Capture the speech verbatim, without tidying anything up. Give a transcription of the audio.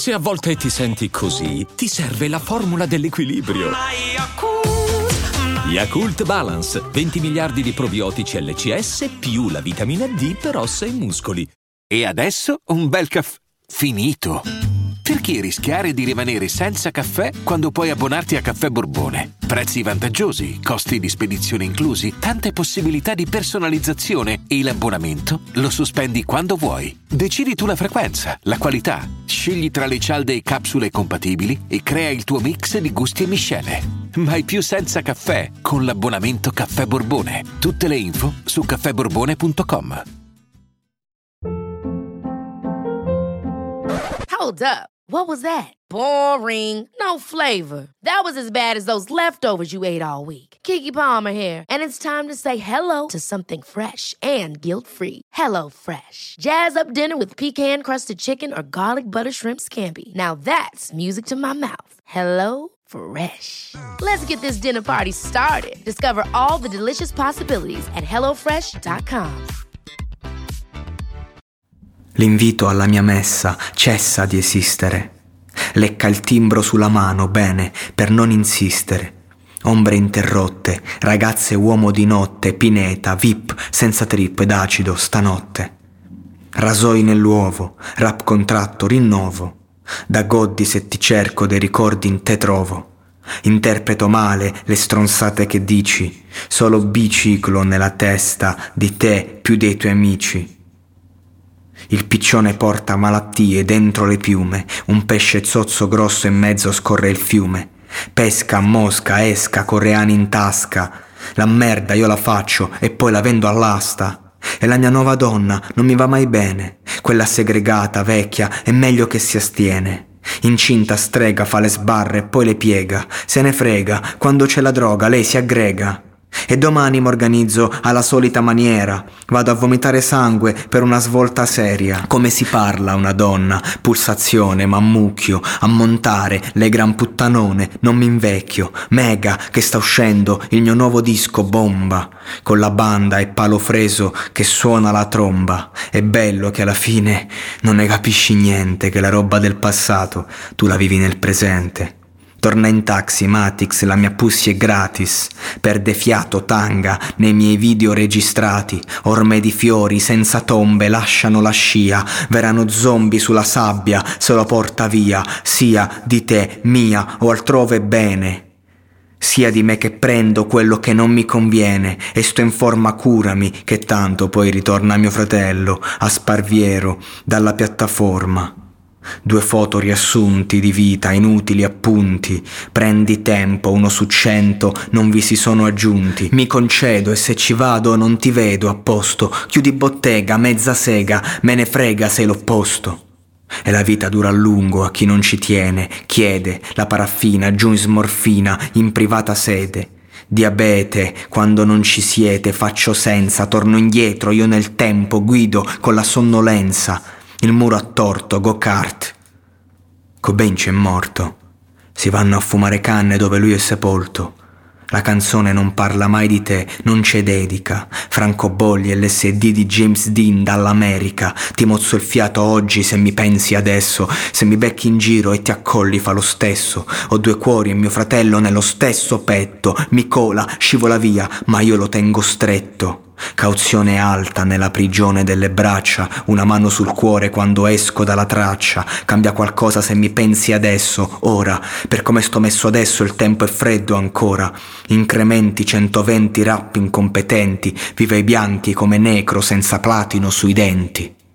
Se a volte ti senti così, ti serve la formula dell'equilibrio. Yakult Balance, venti miliardi di probiotici L C S più la vitamina D per ossa e muscoli. E adesso un bel caffè finito. Perché rischiare di rimanere senza caffè quando puoi abbonarti a Caffè Borbone? Prezzi vantaggiosi, costi di spedizione inclusi, tante possibilità di personalizzazione e l'abbonamento lo sospendi quando vuoi. Decidi tu la frequenza, la qualità, scegli tra le cialde e capsule compatibili e crea il tuo mix di gusti e miscele. Mai più senza caffè con l'abbonamento Caffè Borbone. Tutte le info su caffè borbone punto com. Hold up. What was that? Boring. No flavor. That was as bad as those leftovers you ate all week. Keke Palmer here, and it's time to say hello to something fresh and guilt-free. Hello Fresh. Jazz up dinner with pecan-crusted chicken or garlic butter shrimp scampi. Now that's music to my mouth. Hello Fresh. Let's get this dinner party started. Discover all the delicious possibilities at hello fresh dot com. L'invito alla mia messa cessa di esistere. Lecca il timbro sulla mano, bene, per non insistere. Ombre interrotte, ragazze uomo di notte, pineta, V I P, senza trip ed acido stanotte. Rasoi nell'uovo, rap contratto, rinnovo. Da goddi se ti cerco, dei ricordi in te trovo. Interpreto male le stronzate che dici, solo biciclo nella testa di te più dei tuoi amici. Il piccione porta malattie dentro le piume, un pesce zozzo grosso in mezzo scorre il fiume. Pesca, mosca, esca, coreani in tasca. La merda io la faccio e poi la vendo all'asta. E la mia nuova donna non mi va mai bene, quella segregata, vecchia, è meglio che si astiene. Incinta strega, fa le sbarre e poi le piega. Se ne frega, quando c'è la droga lei si aggrega. E domani m'organizzo alla solita maniera, vado a vomitare sangue per una svolta seria. Come si parla a una donna, pulsazione, mammucchio, a montare le gran puttanone, non mi invecchio. Mega che sta uscendo il mio nuovo disco bomba, con la banda e Palo Freso che suona la tromba. È bello che alla fine non ne capisci niente, che la roba del passato tu la vivi nel presente. Torna in taxi, Matix, la mia pussy è gratis. Perde fiato, tanga, nei miei video registrati. Orme di fiori senza tombe lasciano la scia. Verranno zombie sulla sabbia, se lo porta via. Sia di te, mia o altrove bene. Sia di me che prendo quello che non mi conviene. E sto in forma, curami, che tanto poi ritorna mio fratello a Sparviero dalla piattaforma. Due foto riassunti di vita, inutili appunti. Prendi tempo, uno su cento non vi si sono aggiunti. Mi concedo e se ci vado non ti vedo a posto. Chiudi bottega, mezza sega, me ne frega sei l'opposto. E la vita dura a lungo a chi non ci tiene. Chiede la paraffina, giù in smorfina, in privata sede. Diabete, quando non ci siete faccio senza. Torno indietro, io nel tempo guido con la sonnolenza. Il muro a torto, go-kart. Cobain c'è morto. Si vanno a fumare canne dove lui è sepolto. La canzone non parla mai di te, non c'è dedica. Francobolli e l'S D di James Dean dall'America. Ti mozzo il fiato oggi se mi pensi adesso. Se mi becchi in giro e ti accolli fa lo stesso. Ho due cuori e mio fratello nello stesso petto. Mi cola, scivola via, ma io lo tengo stretto. Cauzione alta nella prigione delle braccia, una mano sul cuore quando esco dalla traccia. Cambia qualcosa se mi pensi adesso, ora, per come sto messo adesso il tempo è freddo ancora. Incrementi centoventi rap incompetenti, vive i bianchi come necro senza platino sui denti.